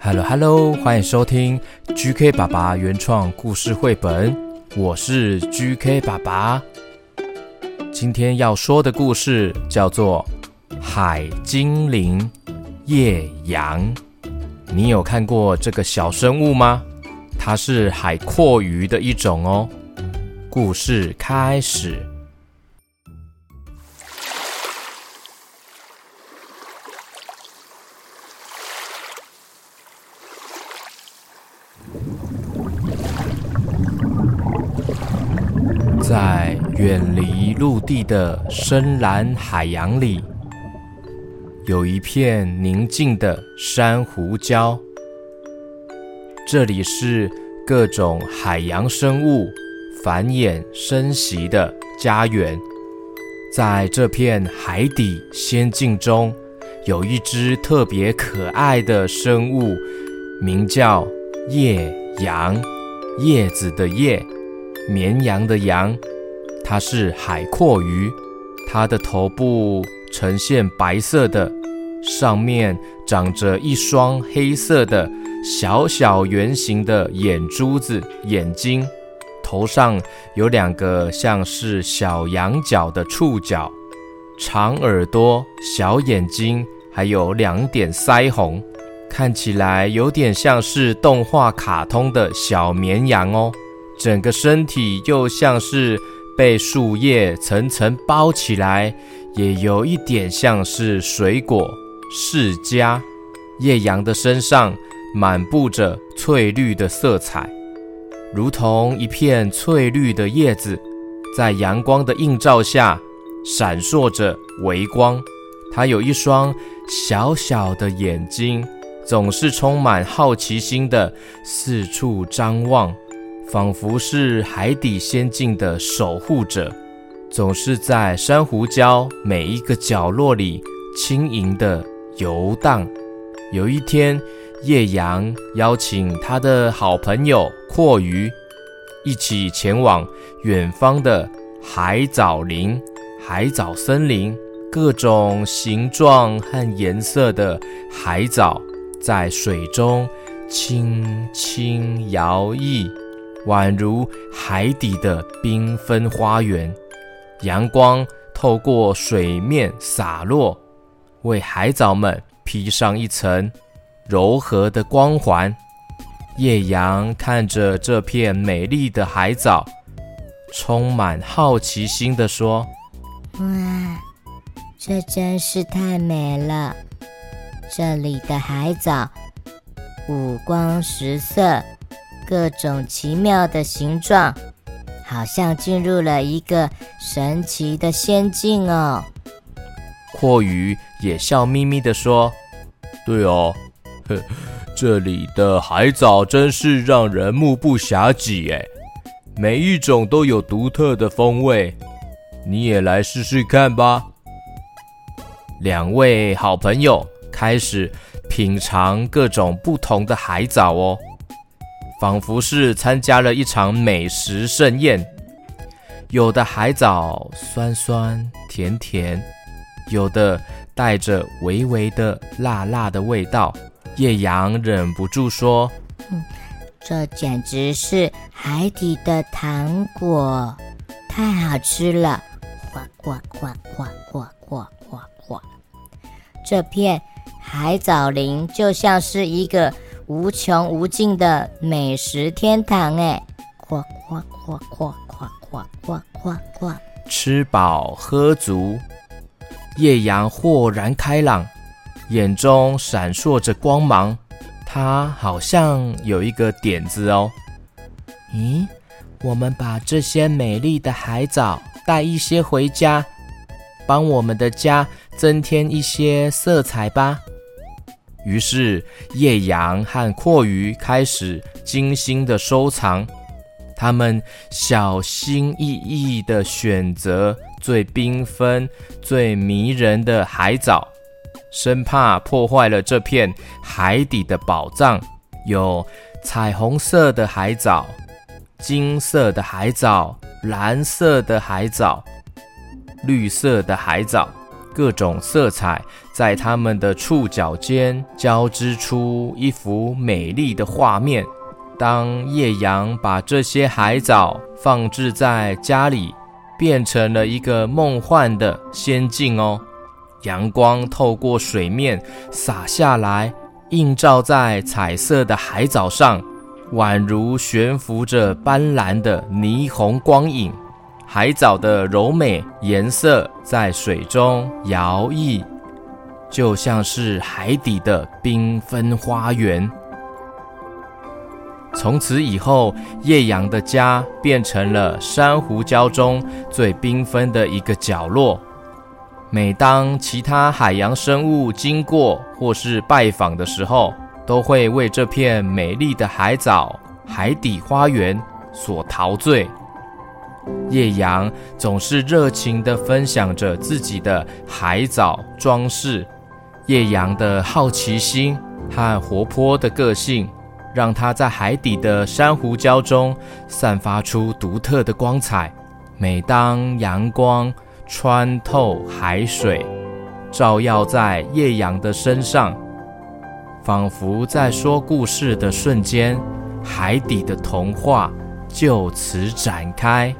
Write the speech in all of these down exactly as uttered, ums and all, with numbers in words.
Hello Hello， 欢迎收听 G K 爸爸原创故事绘本，我是 G K 爸爸。今天要说的故事叫做海精灵夜阳。你有看过这个小生物吗？它是海蛞蝓的一种哦。故事开始。在远离陆地的深蓝海洋里，有一片宁静的珊瑚礁。这里是各种海洋生物繁衍生息的家园。在这片海底仙境中，有一只特别可爱的生物，名叫夜阳，叶子的叶，绵羊的羊。它是海蛞蝓，它的头部呈现白色的，上面长着一双黑色的小小圆形的眼珠子眼睛，头上有两个像是小羊角的触角，长耳朵，小眼睛，还有两点腮红，看起来有点像是动画卡通的小绵羊哦。整个身体又像是被树叶层层包起来，也有一点像是水果释迦。夜阳的身上满布着翠绿的色彩，如同一片翠绿的叶子，在阳光的映照下闪烁着微光。它有一双小小的眼睛，总是充满好奇心的四处张望，仿佛是海底仙境的守护者，总是在珊瑚礁每一个角落里轻盈地游荡。有一天，夜阳邀请他的好朋友蛞蝓一起前往远方的海藻林、海藻森林。各种形状和颜色的海藻在水中轻轻摇曳，宛如海底的缤纷花园。阳光透过水面洒落，为海藻们披上一层柔和的光环。夜阳看着这片美丽的海藻，充满好奇心地说： 哇，这真是太美了！这里的海藻五光十色，各种奇妙的形状，好像进入了一个神奇的仙境哦。 蛞蝓也笑眯眯地说：对哦，呵，这里的海藻真是让人目不暇接耶，每一种都有独特的风味，你也来试试看吧。两位好朋友开始品尝各种不同的海藻哦，仿佛是参加了一场美食盛宴。有的海藻酸酸甜甜，有的带着微微的辣辣的味道。夜阳忍不住说： 嗯，这简直是海底的糖果，太好吃了！呱呱呱呱呱呱呱呱！这片海藻林就像是一个无穷无尽的美食天堂哎！呱呱呱呱呱呱呱呱呱！ 吃饱喝足，夜阳豁然开朗，眼中闪烁着光芒。他好像有一个点子哦。咦，我们把这些美丽的海藻带一些回家，帮我们的家增添一些色彩吧。于是夜阳和蛞蝓开始精心的收藏，他们小心翼翼地选择最缤纷、最迷人的海藻，生怕破坏了这片海底的宝藏。有彩虹色的海藻、金色的海藻、蓝色的海藻、绿色的海藻， 各种色彩在它们的触角间交织出一幅美丽的画面。当叶阳把这些海藻放置在家里，变成了一个梦幻的仙境哦。阳光透过水面洒下来，映照在彩色的海藻上，宛如悬浮着斑斓的霓虹光影。海藻的柔美颜色在水中摇曳，就像是海底的缤纷花园。从此以后，叶阳的家变成了珊瑚礁中最缤纷的一个角落。每当其他海洋生物经过或是拜访的时候，都会为这片美丽的海藻、海底花园所陶醉。叶阳总是热情地分享着自己的海藻装饰。叶阳的好奇心和活泼的个性，让他在海底的珊瑚礁中散发出独特的光彩。每当阳光穿透海水，照耀在叶阳的身上，仿佛在说故事的瞬间，海底的童话就此展开。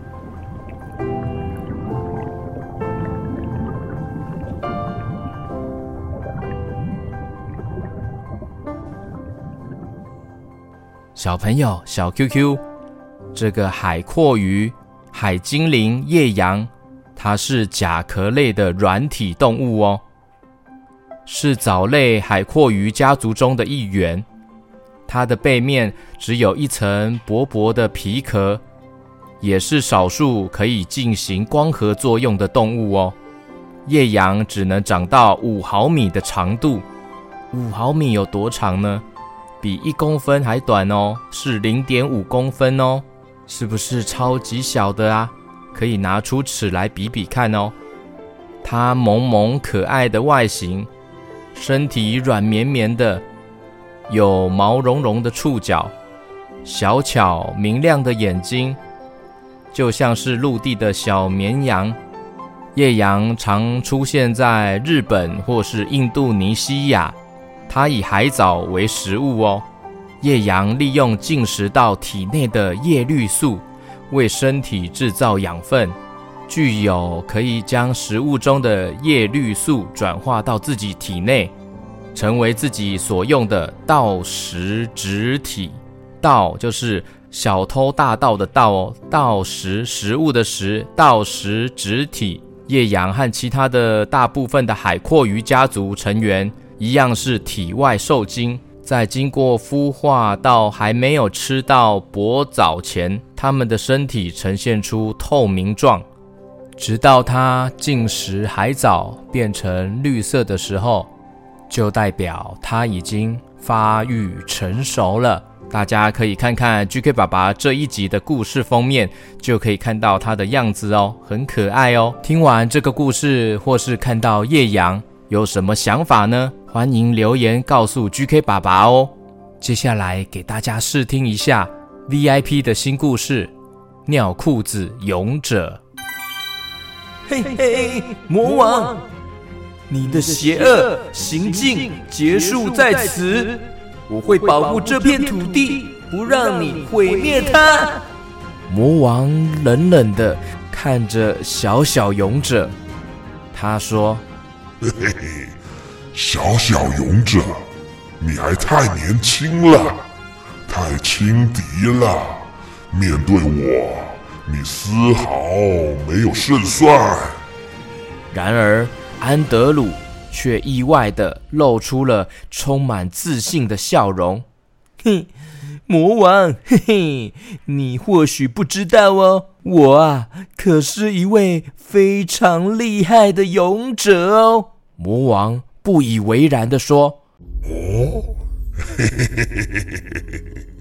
小朋友，小 Q Q， 这个海蛞蝓、海精灵叶阳，它是甲壳类的软体动物哦，是藻类海蛞蝓家族中的一员。它的背面只有一层薄薄的皮壳，也是少数可以进行光合作用的动物哦。叶阳只能长到五毫米的长度，五毫米有多长呢？比一公分还短哦，是 零点五公分哦，是不是超级小的啊？可以拿出尺来比比看哦。它萌萌可爱的外形，身体软绵绵的，有毛茸茸的触角，小巧明亮的眼睛，就像是陆地的小绵羊。叶阳常出现在日本或是印度尼西亚，它以海藻为食物哦。叶阳利用进食到体内的叶绿素，为身体制造养分，具有可以将食物中的叶绿素转化到自己体内，成为自己所用的盗食植体。盗就是小偷大盗的盗哦，盗食食物的食，盗食植体。叶阳和其他的大部分的海蛞蝓家族成员一样，是体外受精，在经过孵化到还没有吃到薄藻前，它们的身体呈现出透明状，直到它进食海藻变成绿色的时候，就代表它已经发育成熟了。大家可以看看 G K 爸爸这一集的故事封面，就可以看到它的样子哦，很可爱哦。听完这个故事，或是看到叶阳，有什么想法呢？欢迎留言告诉 G K 爸爸哦。接下来给大家试听一下 V I P 的新故事《尿裤子勇者》。嘿嘿，魔王，你的邪恶行径结束在此，我会保护这片土地，不让你毁灭它。魔王冷冷地看着小小勇者，他说： 嘿嘿嘿，小小勇者，你还太年轻了，太轻敌了，面对我，你丝毫没有胜算。 然而安德鲁却意外地露出了充满自信的笑容。哼，魔王，嘿嘿，你或许不知道哦，我啊，可是一位非常厉害的勇者哦。魔王不以为然地说： 哦，嘿嘿嘿嘿嘿嘿，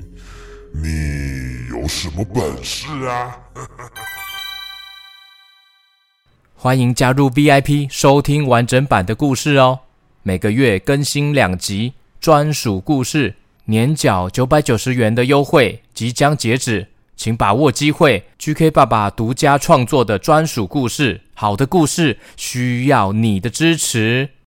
你有什么本事啊？ 欢迎加入 V I P 收听完整版的故事哦，每个月更新两集专属故事，年缴九百九十元的优惠即将截止， 请把握机会 ，G K 爸爸独家创作的专属故事。好的故事需要你的支持。